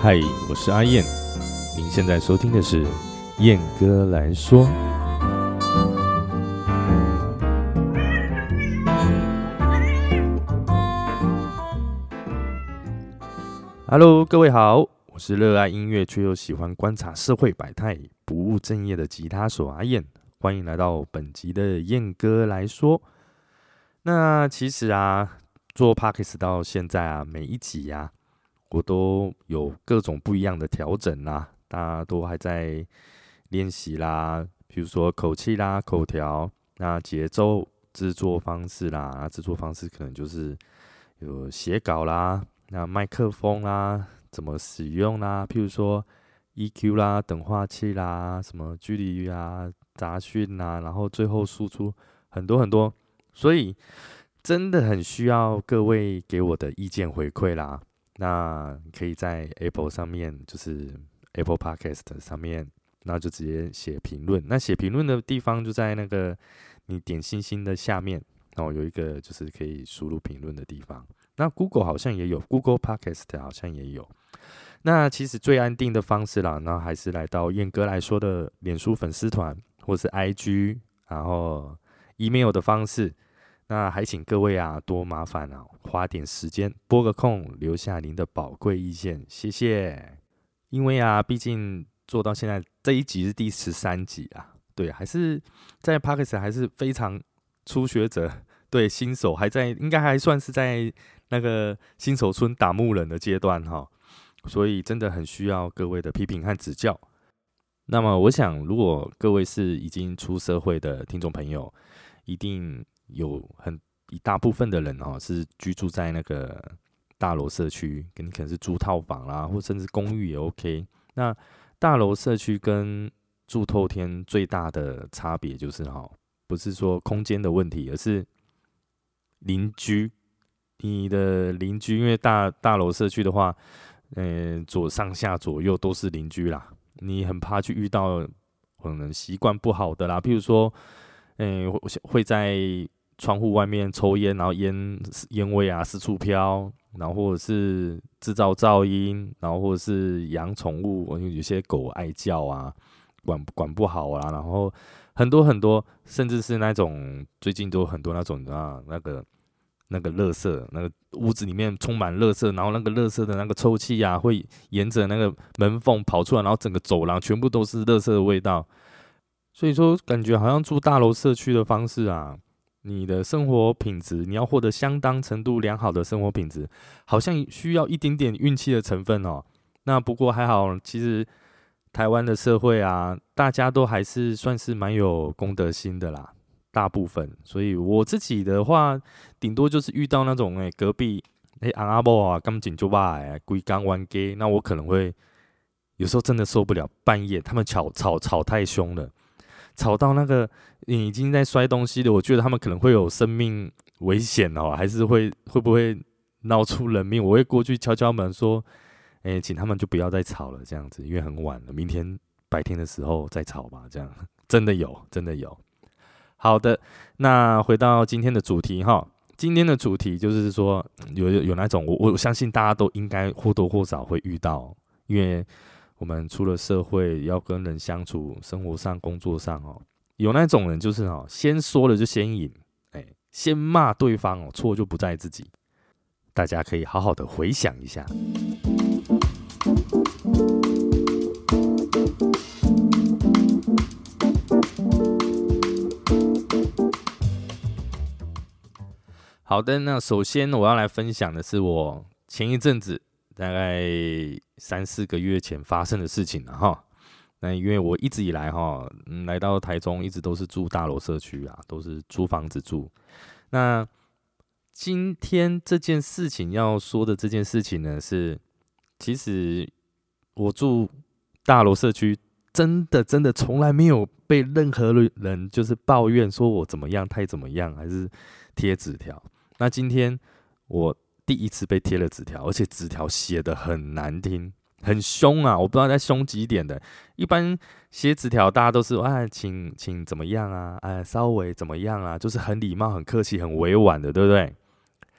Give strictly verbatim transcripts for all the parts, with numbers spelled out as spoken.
嗨，我是阿燕，您现在收听的是燕哥来说。Hello， 各位好，我是热爱音乐却又喜欢观察社会百态、不务正业的吉他手阿燕，欢迎来到本集的燕哥来说。那其实啊，做 Podcast 到现在啊，每一集啊，我都有各种不一样的调整啦，大家都还在练习啦，比如说口气啦、口条，那节奏、制作方式啦，制作方式可能就是有写稿啦，那麦克风啦，怎么使用啦，譬如说 E Q 啦、等化器啦、什么距离啦、杂讯啦，然后最后输出很多很多，所以真的很需要各位给我的意见回馈啦。那可以在 Apple 上面，就是 Apple Podcast 上面，那就直接写评论。那写评论的地方就在那个你点星星的下面，哦，有一个就是可以输入评论的地方。那 Google 好像也有 ，Google Podcast 好像也有。那其实最安定的方式啦，那还是来到燕哥来说的脸书粉丝团，或是 I G， 然后 email 的方式。那还请各位啊，多麻烦啊，花点时间拨个空，留下您的宝贵意见，谢谢。因为啊，毕竟做到现在这一集是第十三集啊，对，还是在 Podcast 还是非常初学者，对，新手还在，应该还算是在那个新手村打牧人的阶段哈，所以真的很需要各位的批评和指教。那么我想，如果各位是已经出社会的听众朋友，一定有很一大部分的人哦，是居住在那个大楼社区，你可能是租套房啦，或甚至公寓也 OK。那大楼社区跟住透天最大的差别就是哈，不是说空间的问题，而是邻居。你的邻居，因为大大楼社区的话，呃，左上下左右都是邻居啦，你很怕去遇到可能习惯不好的啦，譬如说。嗯，会在窗户外面抽烟，然后烟烟味啊四处飘，然后或者是制造噪音，然后或者是养宠物，有些狗爱叫啊，管管不好啊，然后很多很多，甚至是那种最近都很多那种啊那个那个垃圾，那个屋子里面充满垃圾，然后那个垃圾的那个臭气啊，会沿着那个门缝跑出来，然后整个走廊全部都是垃圾的味道。所以说，感觉好像住大楼社区的方式啊，你的生活品质，你要获得相当程度良好的生活品质，好像需要一点点运气的成分哦。那不过还好，其实台湾的社会啊，大家都还是算是蛮有公德心的啦，大部分。所以我自己的话，顶多就是遇到那种哎、欸、隔壁哎昂阿伯啊，刚紧就把哎规刚玩 gay， 那我可能会有时候真的受不了，半夜他们吵吵吵太凶了。吵到那个你已经在摔东西了，我觉得他们可能会有生命危险哦，还是会会不会闹出人命？我会过去敲敲门说：“哎、欸，请他们就不要再吵了，这样子，因为很晚了，明天白天的时候再吵吧。”这样真的有，真的有。好的，那回到今天的主题哈，今天的主题就是说有有那种我我相信大家都应该或多或少会遇到，因为。我们出了社会，要跟人相处，生活上、工作上哦，有那种人就是哦，先说了就先赢，哎，先骂对方哦，错就不在自己。大家可以好好的回想一下。好的，那首先我要来分享的是我前一阵子。大概三四个月前发生的事情了哈。那因为我一直以来哈、嗯，来到台中一直都是住大楼社区啊，都是租房子住。那今天这件事情要说的这件事情呢，是其实我住大楼社区，真的真的从来没有被任何人就是抱怨说我怎么样太怎么样，还是贴纸条。那今天我。第一次被贴了纸条，而且纸条写得很难听，很凶啊！我不知道在凶几点的。一般写纸条，大家都是哎，请请怎么样啊？哎，稍微怎么样啊？就是很礼貌、很客气、很委婉的，对不对？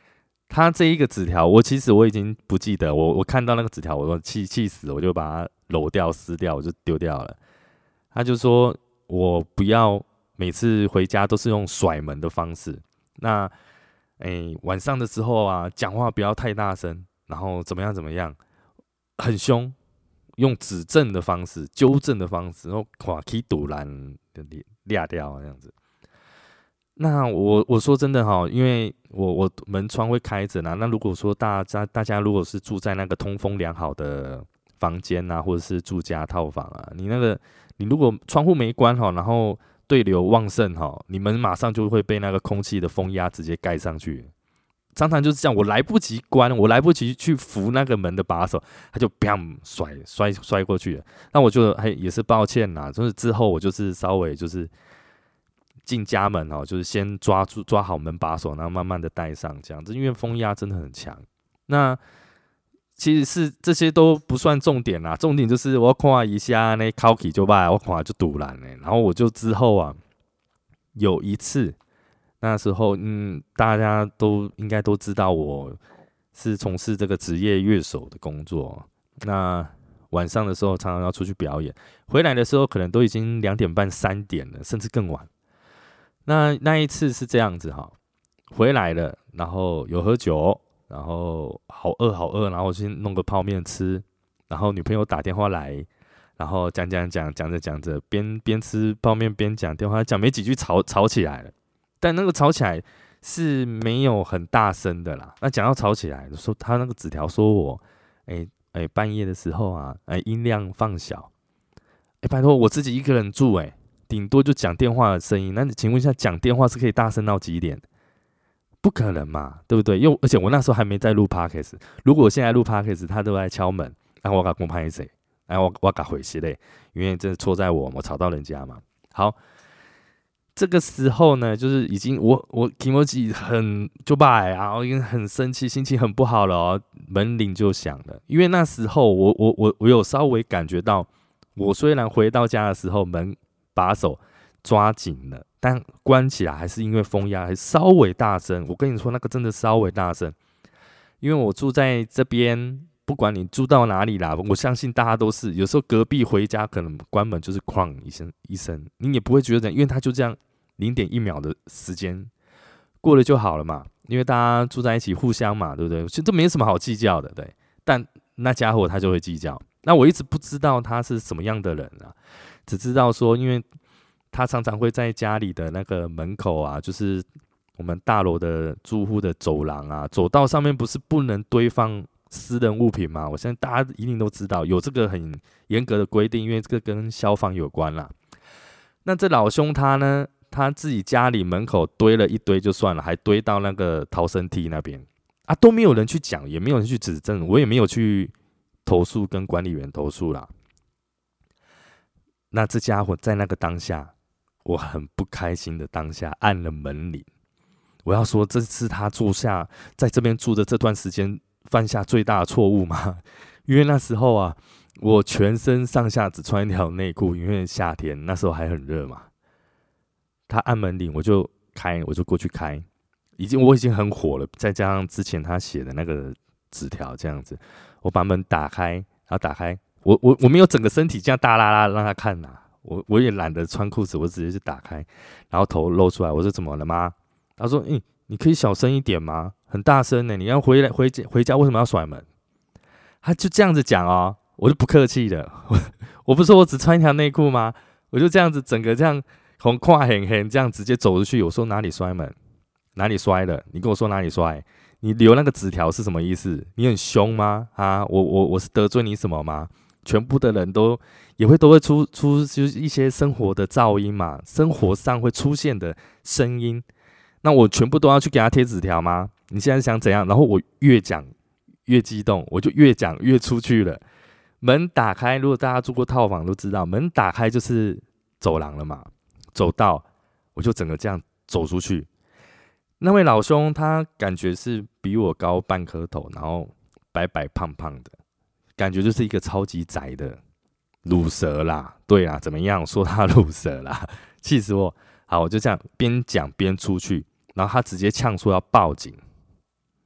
他这一个纸条，我其实我已经不记得，我我看到那个纸条，我气气死，我就把它揉掉、撕掉，我就丢掉了。他就说我不要每次回家都是用甩门的方式，那哎晚上的时候啊，讲话不要太大声，然后怎么样怎么样，很凶，用指正的方式、纠正的方式，然后垮起堵拦的裂掉这样子。那我我说真的哈，因为我我门窗会开着呢。那如果说大家大家如果是住在那个通风良好的房间啊，或者是住家套房啊，你那个你如果窗户没关哈，然后对流旺盛哈，你们马上就会被那个空气的风压直接盖上去。常常就是这样，我来不及关，我来不及去扶那个门的把手，他就砰甩摔摔过去了。那我就还也是抱歉啦，就是之后我就是稍微就是进家门哦，就是先抓住抓好门把手，然后慢慢的带上这样子，因为风压真的很强。那其实是这些都不算重点啦，重点就是我看一下那考起就罢，我看就堵拦嘞。然后我就之后啊，有一次那时候，嗯，大家都应该都知道我是从事这个职业乐手的工作。那晚上的时候常常要出去表演，回来的时候可能都已经两点半、三点了，甚至更晚。那那一次是这样子哈，回来了，然后有喝酒，然后好饿好饿，然后我去弄个泡面吃，然后女朋友打电话来，然后讲讲讲讲着讲着，边边吃泡面边讲电话，讲没几句吵吵起来了，但那个吵起来是没有很大声的啦。那讲到吵起来，说他那个纸条说我，哎、欸、哎、欸、半夜的时候啊，哎、欸、音量放小，哎、欸、拜托我自己一个人住哎、欸。顶多就讲电话的声音，那请问一下，讲电话是可以大声到几点？不可能嘛，对不对？因为而且我那时候还没在录 podcast， 如果我现在录 podcast， 他都在敲门，然后我给公拍谁，然后我我给回息嘞，因为这错在我，我吵到人家嘛。好，这个时候呢，就是已经我我 Kimoji 很就拜，然后已经很生气，心情很不好了哦，门铃就响了，因为那时候我我我我有稍微感觉到，我虽然回到家的时候门把手抓紧了，但关起来还是因为风压还稍微大声。我跟你说，那个真的稍微大声，因为我住在这边，不管你住到哪里啦，我相信大家都是，有时候隔壁回家可能关门就是哐一声一声，你也不会觉得，因为他就这样零点一秒的时间过了就好了嘛，因为大家住在一起互相嘛，对不对？其实这没什么好计较的，对。但那家伙他就会计较，那我一直不知道他是什么样的人啊。只知道说，因为他常常会在家里的那个门口啊，就是我们大楼的住户的走廊啊，走道上面不是不能堆放私人物品吗？我相信大家一定都知道，有这个很严格的规定，因为这个跟消防有关啦。那这老兄他呢，他自己家里门口堆了一堆就算了，还堆到那个逃生梯那边啊，都没有人去讲，也没有人去指正，我也没有去投诉跟管理员投诉啦。那这家伙在那个当下，我很不开心的当下按了门铃。我要说，这是他住下在这边住的这段时间犯下最大的错误吗？因为那时候啊，我全身上下只穿一条内裤，因为夏天那时候还很热嘛。他按门铃，我就开，我就过去开，已经我已经很火了，再加上之前他写的那个纸条这样子，我把门打开，然后打开。我我我没有整个身体这样大拉拉让他看呐、啊，我我也懒得穿裤子，我直接就打开，然后头露出来。我说怎么了吗？他说：“嗯、欸，你可以小声一点吗？很大声呢、欸，你要回来回家回家为什么要甩门？”他就这样子讲哦，我就不客气的，我我不是说我只穿一条内裤吗？我就这样子整个这样红跨很很这样直接走出去。我说哪里摔门？哪里摔了？你跟我说哪里摔？你留那个纸条是什么意思？你很凶吗？啊，我我我是得罪你什么吗？全部的人都也会都会出出就是一些生活的噪音嘛，生活上会出现的声音，那我全部都要去给他贴纸条吗？你现在想怎样？然后我越讲越激动，我就越讲越出去了。门打开，如果大家住过套房都知道，门打开就是走廊了嘛，走道，我就整个这样走出去。那位老兄他感觉是比我高半颗头，然后白白胖胖的。感觉就是一个超级宅的鲁蛇啦，对啦，怎么样说他鲁蛇啦，气死我！好，我就这样边讲边出去，然后他直接呛说要报警。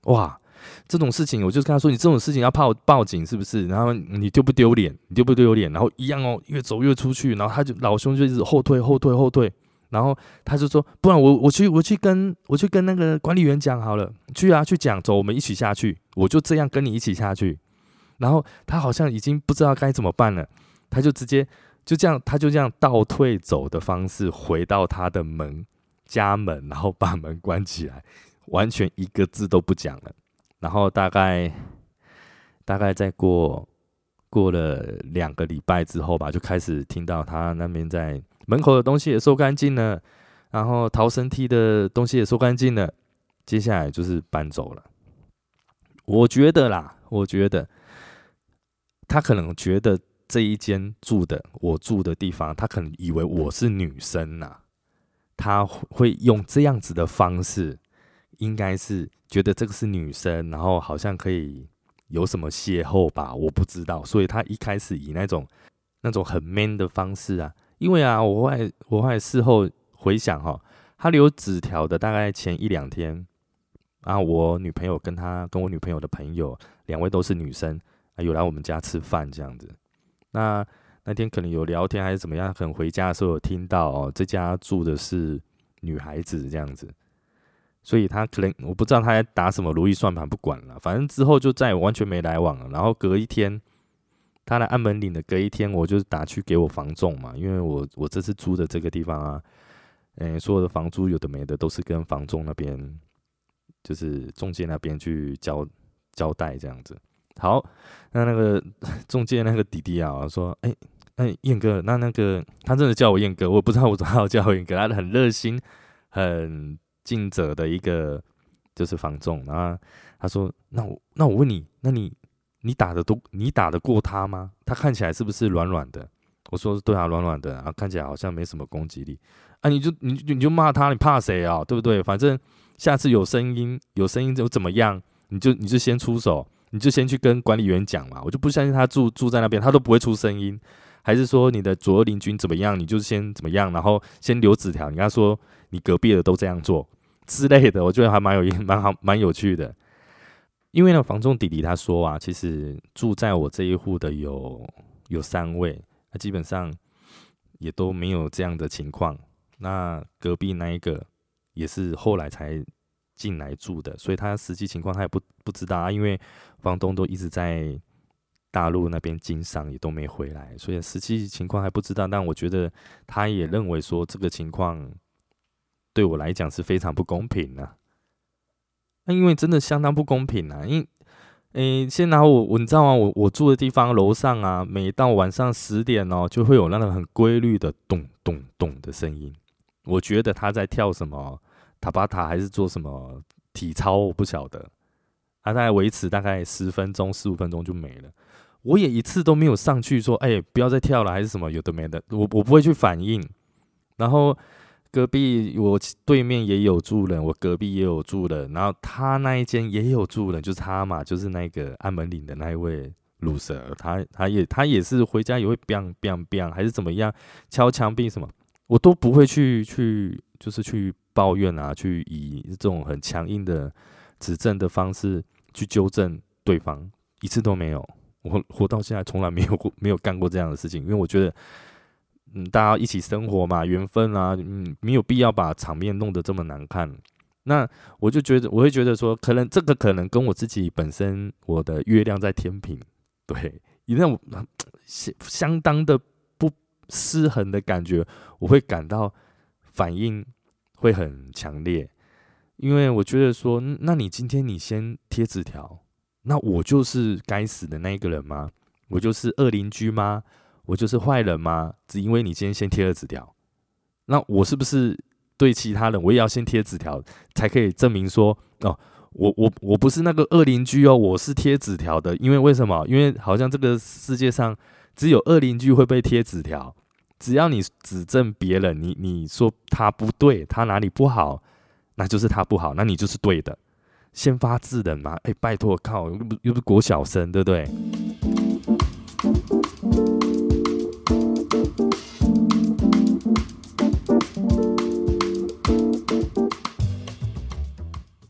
哇，这种事情我就跟他说，你这种事情要报报警是不是？然后你丢不丢脸？你丢不丢脸？然后一样哦，越走越出去，然后他就老兄就一直后退后退后退，然后他就说，不然我我去我去跟我去跟那个管理员讲好了，去啊去讲，走，我们一起下去，我就这样跟你一起下去。然后他好像已经不知道该怎么办了，他就直接就这样，他就这样倒退走的方式回到他的门家门，然后把门关起来，完全一个字都不讲了。然后大概大概再过过了两个礼拜之后吧，就开始听到他那边在门口的东西也收干净了，然后逃生梯的东西也收干净了，接下来就是搬走了。我觉得啦，我觉得他可能觉得这一间住的我住的地方，他可能以为我是女生啊，他会用这样子的方式，应该是觉得这个是女生，然后好像可以有什么邂逅吧，我不知道，所以他一开始以那种那种很 man 的方式啊，因为啊，我后来我后来事后回想哈，他留纸条的大概前一两天啊，我女朋友跟他跟我女朋友的朋友两位都是女生啊，有来我们家吃饭这样子，那那天可能有聊天还是怎么样，可能回家的时候有听到哦，这家住的是女孩子这样子。所以他可能我不知道他在打什么如意算盘，不管了，反正之后就再也完全没来往了。然后隔一天，他来按门铃的隔一天，我就打去给我房仲嘛，因为我我这次租的这个地方啊，诶，所有的房租有的没的都是跟房仲那边，就是中介那边去交交代这样子。好，那那个中介那个弟弟啊，说，哎、欸、哎，燕哥，那那个他真的叫我燕哥，我不知道我怎么要叫我燕哥，他很热心，很尽责的一个就是房仲，然后他说：“那我那我问你，那你你打得都你打得过他吗？他看起来是不是软软的？”我说：“对啊，软软的，然后看起来好像没什么攻击力啊。你就你你就骂他，你怕谁啊？对不对？反正下次有声音有声音就怎么样，你就你就先出手，你就先去跟管理员讲嘛。我就不相信他住住在那边，他都不会出声音。还是说你的左右邻居怎么样，你就先怎么样，然后先留纸条，你跟他说你隔壁的都这样做。”之类的，我觉得还蛮有蛮好蛮有趣的。因为呢，房仲弟弟他说啊，其实住在我这一户的有有三位，那基本上也都没有这样的情况。那隔壁那一个也是后来才进来住的，所以他实际情况他也不不知道啊，因为房东都一直在大陆那边经商，也都没回来，所以实际情况还不知道。但我觉得他也认为说这个情况对我来讲是非常不公平的、啊，那因为真的相当不公平啊！因为，诶，先拿我，我你知道吗？我我住的地方楼上啊，每到晚上十点哦，就会有那种很规律的咚咚咚的声音。我觉得他在跳什么塔巴塔还是做什么体操，我不晓得。他大概维持大概十分钟、十五分钟就没了。我也一次都没有上去说，哎、欸，不要再跳了，还是什么有的没的，我我不会去反应。然后。隔壁我对面也有住人，我隔壁也有住人，然后他那一间也有住人，就是他嘛，就是那个按门铃的那一位鲁蛇，他他也他也是回家也会 biang biang biang 还是怎么样敲墙壁什么，我都不会去去就是去抱怨啊，去以这种很强硬的指正的方式去纠正对方，一次都没有，我活到现在从来没有过没有干过这样的事情，因为我觉得。嗯，大家一起生活嘛，缘分啊，嗯，没有必要把场面弄得这么难看。那我就觉得，我会觉得说，可能这个可能跟我自己本身我的月亮在天平，对，那种相当的不失衡的感觉，我会感到反应会很强烈，因为我觉得说，那你今天你先贴纸条，那我就是该死的那一个人吗？我就是恶邻居吗？我就是坏人吗？只因为你今天先贴了纸条，那我是不是对其他人我也要先贴纸条，才可以证明说，哦，我我我不是那个恶邻居哦，我是贴纸条的。因为为什么？因为好像这个世界上只有恶邻居会被贴纸条，只要你指正别人，你你说他不对，他哪里不好，那就是他不好，那你就是对的。先发制人嘛，哎、欸，拜托，靠，又不又不是国小生，对不对？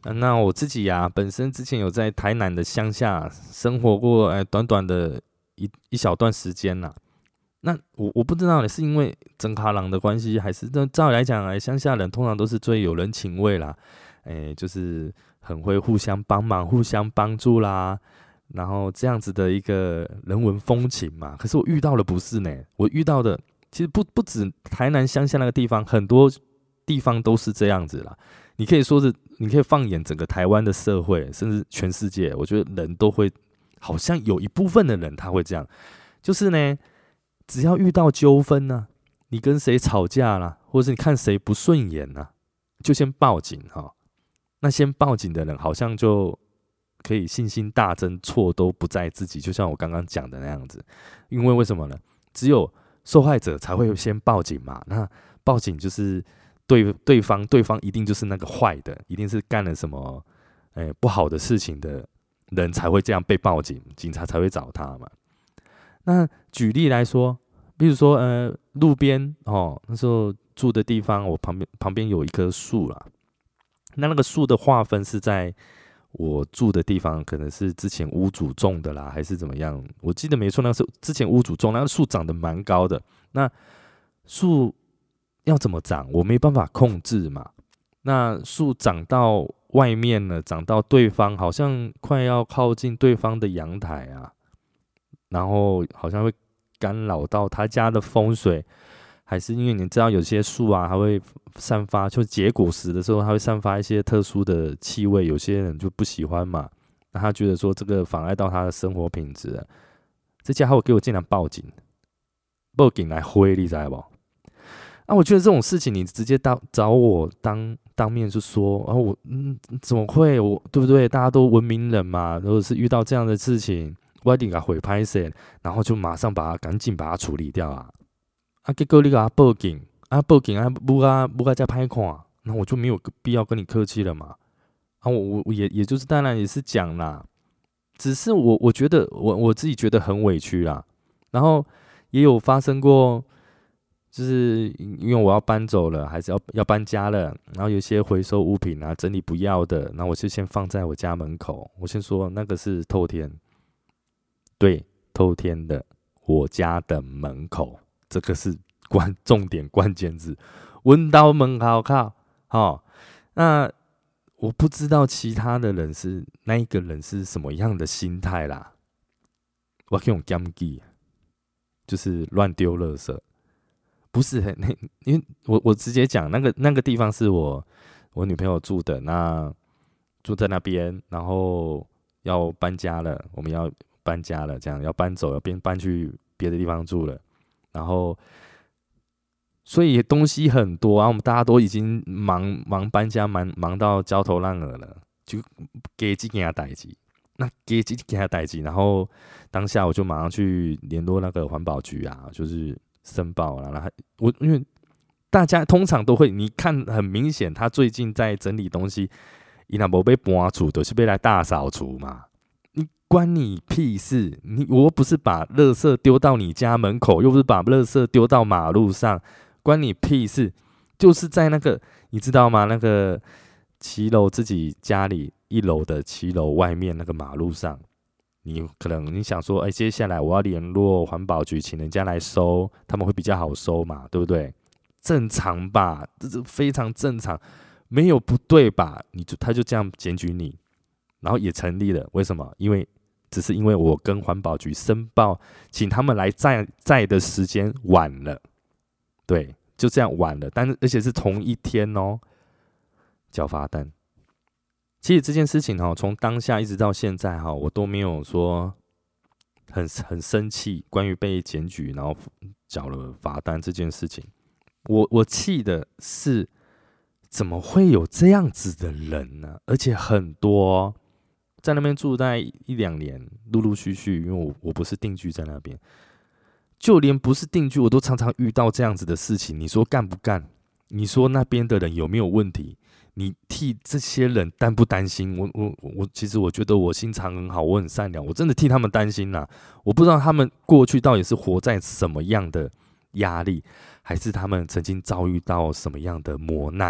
那我自己呀、啊，本身之前有在台南的乡下生活过，哎，短短的一一小段时间啦。那我我不知道是因为真卡郎的关系，还是那照理来讲，哎，乡下人通常都是最有人情味啦，哎，就是很会互相帮忙、互相帮助啦，然后这样子的一个人文风情嘛。可是我遇到的不是呢，我遇到的其实不不止台南乡下那个地方，很多地方都是这样子啦。你可以说是，你可以放眼整个台湾的社会，甚至全世界，我觉得人都会，好像有一部分的人他会这样，就是呢，只要遇到纠纷呢，你跟谁吵架啦，或者是你看谁不顺眼啦，就先报警哈。那先报警的人好像就可以信心大增，错都不在自己，就像我刚刚讲的那样子。因为为什么呢？只有受害者才会先报警嘛。那报警就是对对方，对方一定就是那个坏的，一定是干了什么，欸、不好的事情的人才会这样被报警，警察才会找他嘛。那举例来说，比如说呃，路边哦，那时候住的地方，我旁边旁边有一棵树啦。那那个树的划分是在我住的地方，可能是之前屋主种的啦，还是怎么样？我记得没错，那是之前屋主种，那个树长得蛮高的。那树要怎么长，我没办法控制嘛。那树长到外面了，长到对方好像快要靠近对方的阳台啊，然后好像会干扰到他家的风水。还是因为你知道有些树啊，它会散发，就结果实的时候，它会散发一些特殊的气味，有些人就不喜欢嘛。那他觉得说这个妨碍到他的生活品质了，这家伙给我竟然报警，报警来挥，你知道不？啊，我觉得这种事情你直接到找我当当面就说，啊，我嗯怎么会，我对不对？大家都文明人嘛，如果是遇到这样的事情，我一定给他回拍摄，然后就马上把它赶紧把它处理掉啊。啊，结果你给他报警，啊，报警啊，不啊不啊再拍看，那我就没有必要跟你客气了嘛。啊，我我也也就是当然也是讲啦，只是我我觉得我我自己觉得很委屈啦。然后也有发生过，就是因为我要搬走了，还是要要搬家了，然后有些回收物品啊，整理不要的，那我就先放在我家门口。我先说那个是透天，对，透天的我家的门口。这个是关重点关键字，闻到门口靠，哦，那我不知道其他的人是那一个人是什么样的心态啦。我可以用讲记，就是乱丢垃圾，不是很，因为我我直接讲那个那个地方是我我女朋友住的，那住在那边，然后要搬家了，我们要搬家了，这样要搬走，要变搬去别的地方住了。然后，所以东西很多啊，我们大家都已经忙忙搬家，忙忙到焦头烂额了，就给几件代志，那给几件代志，然后当下我就马上去联络那个环保局啊，就是申报了。然后我因为大家通常都会，你看很明显，他最近在整理东西，伊若无被搬除，就是被来大扫除嘛。关你屁事！你我不是把垃圾丢到你家门口，又不是把垃圾丢到马路上，关你屁事！就是在那个你知道吗？那个骑楼自己家里一楼的骑楼外面那个马路上，你可能你想说，哎、欸，接下来我要联络环保局，请人家来收，他们会比较好收嘛，对不对？正常吧，这是非常正常，没有不对吧？你就他就这样检举你，然后也成立了，为什么？因为只是因为我跟环保局申报，请他们来载载的时间晚了，对，就这样晚了，但是而且是同一天哦，缴罚单。其实这件事情哈，从当下一直到现在哈，我都没有说很很生气，关于被检举然后缴了罚单这件事情，我我气的是怎么会有这样子的人呢？而且很多哦。在那边住大概一两年，陆陆续续，因为我我不是定居在那边，就连不是定居，我都常常遇到这样子的事情。你说干不干？你说那边的人有没有问题？你替这些人担不担心？我我我，其实我觉得我心肠很好，我很善良，我真的替他们担心啦。我不知道他们过去到底是活在什么样的压力，还是他们曾经遭遇到什么样的磨难，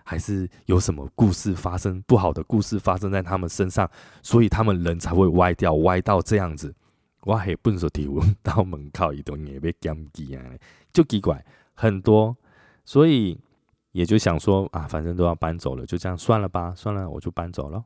还是有什么故事发生，不好的故事发生在他们身上，所以他们人才会歪掉，歪到这样子。我还笨手提问到门口，伊都也被检举啊，就奇怪很多，所以也就想说啊，反正都要搬走了，就这样算了吧，算了，我就搬走了。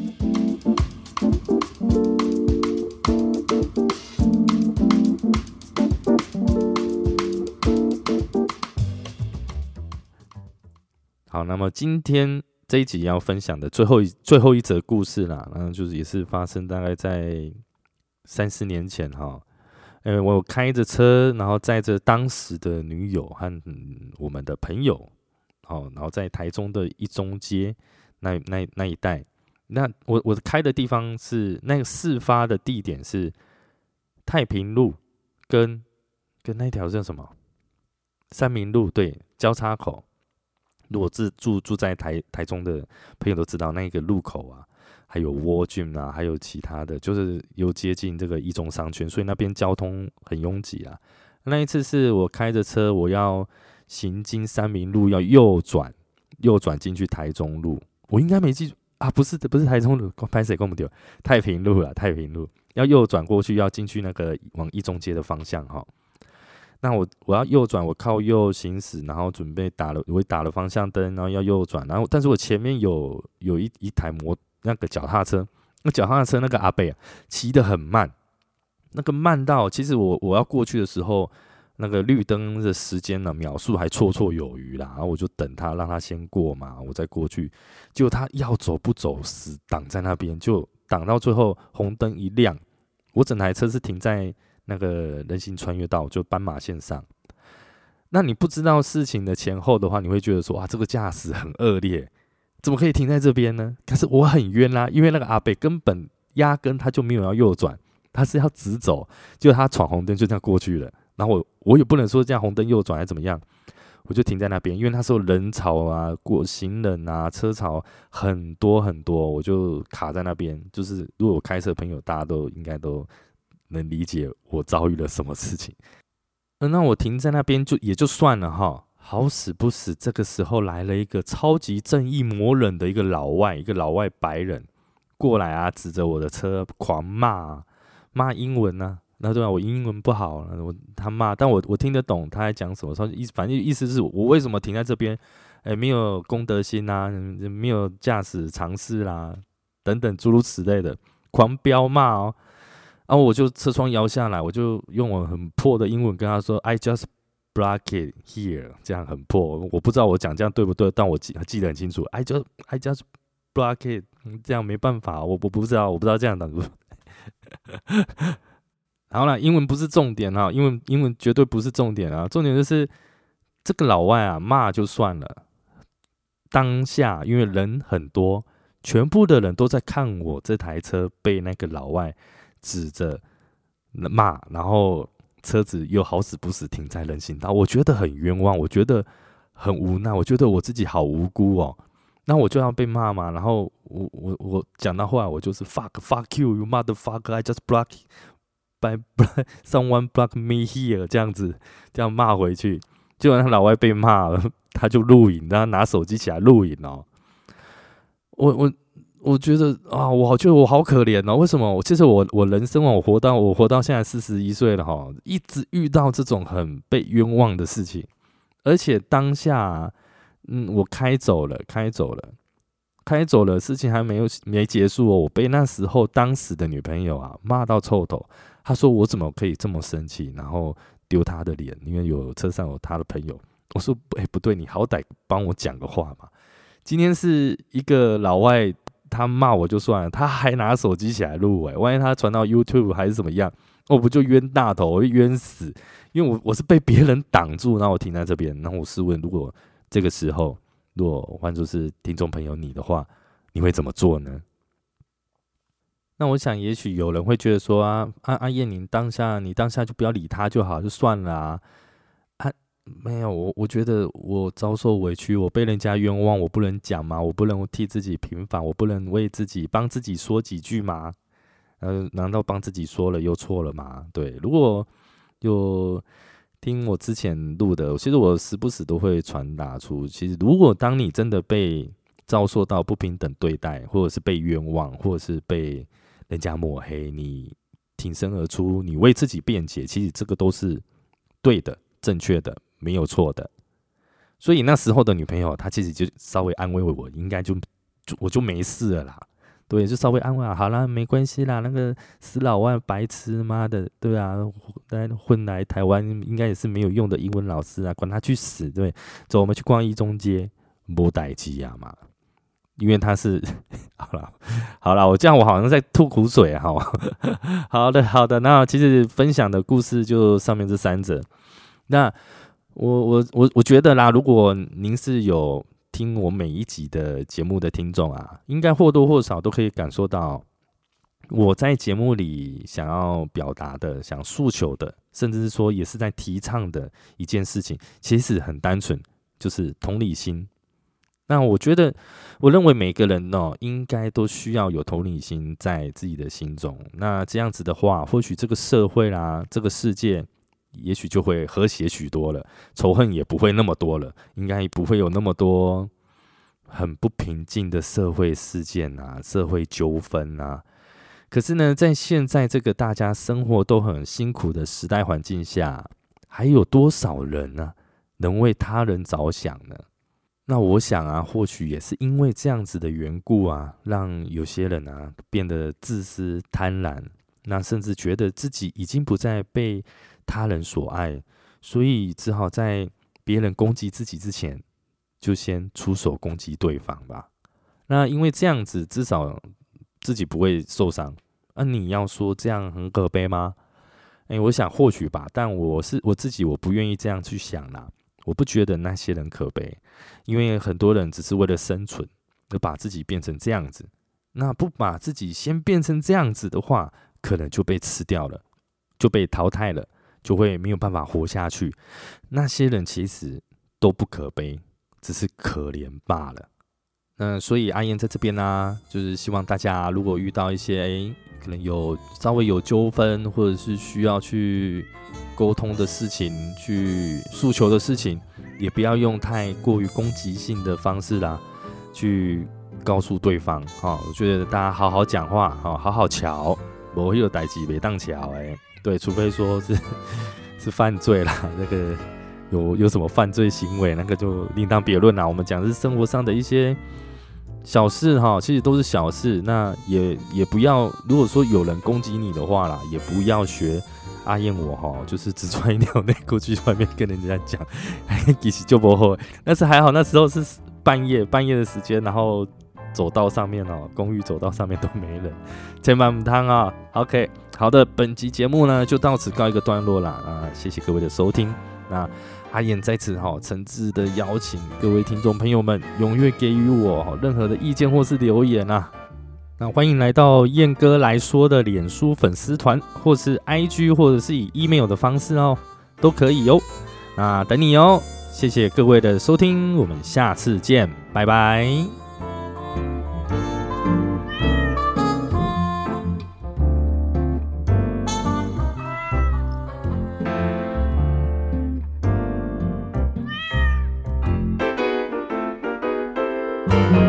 好，那么今天这一集要分享的最后一最后一则故事啦，那就是也是发生大概在三四年前哈。呃，我开着车，然后载着当时的女友和、嗯、我们的朋友，好，然后在台中的一中街那那那一带，那我我开的地方是那个事发的地点是太平路跟跟那条叫什么三民路，对，交叉口。如果是住住在台台中的朋友都知道，那个路口啊，还有窝郡啊，还有其他的，就是又接近这个一中商圈，所以那边交通很拥挤啊。那一次是我开着车，我要行经三民路，要右转，右转进去台中路。我应该没记住啊，不是不是台中路，拍谁跟我们丢太平路啦，太平路要右转过去，要进去那个往一中街的方向哈。那我我要右转，我靠右行驶，然后准备打了，我打了方向灯，然后要右转，然后但是我前面有有一一台摩那个脚踏车，那脚踏车那个阿伯啊，骑得很慢，那个慢到其实我我要过去的时候，那个绿灯的时间呢秒数还绰绰有余啦，然后我就等他，让他先过嘛，我再过去，结果他要走不走，死挡在那边，就挡到最后红灯一亮，我整台车是停在那个人行穿越道，就斑马线上。那你不知道事情的前后的话，你会觉得说，哇，这个驾驶很恶劣，怎么可以停在这边呢？可是我很冤啦、啊，因为那个阿伯根本压根他就没有要右转，他是要直走，就他闯红灯就这样过去了。然后我我也不能说这样红灯右转还怎么样，我就停在那边，因为那时候人潮啊、过行人啊、车潮很多很多，我就卡在那边。就是如果我开车的朋友，大家都应该都能理解我遭遇了什么事情。嗯、那我停在那边就也就算了哈，好死不死，这个时候来了一个超级正义魔人的一个老外，一个老外白人过来啊，指着我的车狂骂、啊，骂英文啊。那对啊，我英文不好，我他骂，但我我听得懂他在讲什么。反正意思是我为什么停在这边，哎、欸，没有公德心啊，没有驾驶常识啦，等等诸如此类的，狂飙骂哦。然后我就车窗摇下来，我就用我很破的英文跟他说 ：“I just block it here。”这样很破，我不知道我讲这样对不对，但我记记得很清楚。I just I just block it， 这样没办法，我我不知道，我不知道这样的。然后啦，英文不是重点啊，英文英文绝对不是重点啊，重点就是这个老外啊骂就算了，当下因为人很多，全部的人都在看我这台车被那个老外指着骂，然后车子又好死不死停在人行道，我觉得很冤枉，我觉得很无奈，我觉得我自己好无辜哦。那我就要被骂嘛，然后我我我讲到后来，我就是 fuck fuck you you motherfucker I just block by someone block me here 这样子这样骂回去，结果那老外被骂了，他就录影，他拿手机起来录影哦。我我。我觉得啊，我觉得我好可怜哦。为什么？我其实我我人生我活到我活到现在四十一岁了哈，一直遇到这种很被冤枉的事情，而且当下、啊，嗯，我开走了，开走了，开走了，事情还没有没结束哦。我被那时候当时的女朋友啊骂到臭头，她说我怎么可以这么生气，然后丢她的脸，因为有车上有她的朋友。我说，哎、欸，不对，你好歹帮我讲个话嘛。今天是一个老外。他骂我就算了，他还拿手机起来录，哎，万一他传到 YouTube 还是怎么样，我不就冤大头，我就冤死，因为我我是被别人挡住，然后我停在这边，然后我试问，如果这个时候，如果换作是听众朋友你的话，你会怎么做呢？那我想，也许有人会觉得说啊，阿阿燕，你当下你当下就不要理他就好，就算了啊。没有，我我觉得我遭受委屈，我被人家冤枉，我不能讲吗？我不能替自己平反，我不能为自己帮自己说几句吗？呃，难道帮自己说了又错了吗？对，如果有听我之前录的，其实我时不时都会传达出，其实如果当你真的被遭受到不平等对待，或者是被冤枉，或者是被人家抹黑，你挺身而出，你为自己辩解，其实这个都是对的、正确的，没有错的。所以那时候的女朋友，她其实就稍微安慰我，应该就就我就没事了啦。对，就稍微安慰啊，好啦，没关系啦，那个死老外白痴，妈的，对啊，混来台湾应该也是没有用的英文老师啊，管他去死，对，走，我们去逛一中街，没代志啊嘛，因为他是，好啦，好啦，我这样我好像在吐苦水啊，好的，好的，那其实分享的故事就上面这三则，那我我我我觉得啦，如果您是有听我每一集的节目的听众啊，应该或多或少都可以感受到我在节目里想要表达的、想诉求的，甚至是说也是在提倡的一件事情，其实很单纯，就是同理心。那我觉得，我认为每个人哦，应该都需要有同理心在自己的心中。那这样子的话，或许这个社会啦，这个世界，也许就会和谐许多了，仇恨也不会那么多了，应该不会有那么多很不平静的社会事件啊、社会纠纷啊。可是呢，在现在这个大家生活都很辛苦的时代环境下，还有多少人呢、啊、能为他人着想呢？那我想啊，或许也是因为这样子的缘故啊，让有些人啊变得自私贪婪，那甚至觉得自己已经不再被他人所爱，所以只好在别人攻击自己之前，就先出手攻击对方吧。那因为这样子，至少自己不会受伤。那、啊、你要说这样很可悲吗？哎、欸，我想或许吧，但我是我自己，我不愿意这样去想啦。我不觉得那些人可悲，因为很多人只是为了生存而把自己变成这样子。那不把自己先变成这样子的话，可能就被吃掉了，就被淘汰了，就会没有办法活下去。那些人其实都不可悲，只是可怜罢了。那所以阿燕在这边呢、啊，就是希望大家如果遇到一些、欸、可能有稍微有纠纷，或者是需要去沟通的事情，去诉求的事情，也不要用太过于攻击性的方式啦，去告诉对方。哦、我觉得大家好好讲话，哦、好好瞧，不会有代志没当瞧哎，对，除非说是是犯罪啦，那个有有什么犯罪行为，那个就另当别论啦。我们讲的是生活上的一些小事哈，其实都是小事。那也也不要，如果说有人攻击你的话啦，也不要学阿燕我哈，就是只穿一条内裤去外面跟人家讲，其实就不会。但是还好那时候是半夜半夜的时间，然后走道上面哦，公寓走道上面都没人，千万不汤啊。OK， 好的，本集节目呢就到此告一个段落啦啊，谢谢各位的收听。那阿燕在此哈诚挚的邀请各位听众朋友们踊跃给予我任何的意见或是留言啊。那欢迎来到燕哥来说的脸书粉丝团，或是 I G， 或者是以 email 的方式哦，都可以哦。那等你哦，谢谢各位的收听，我们下次见，拜拜。thank you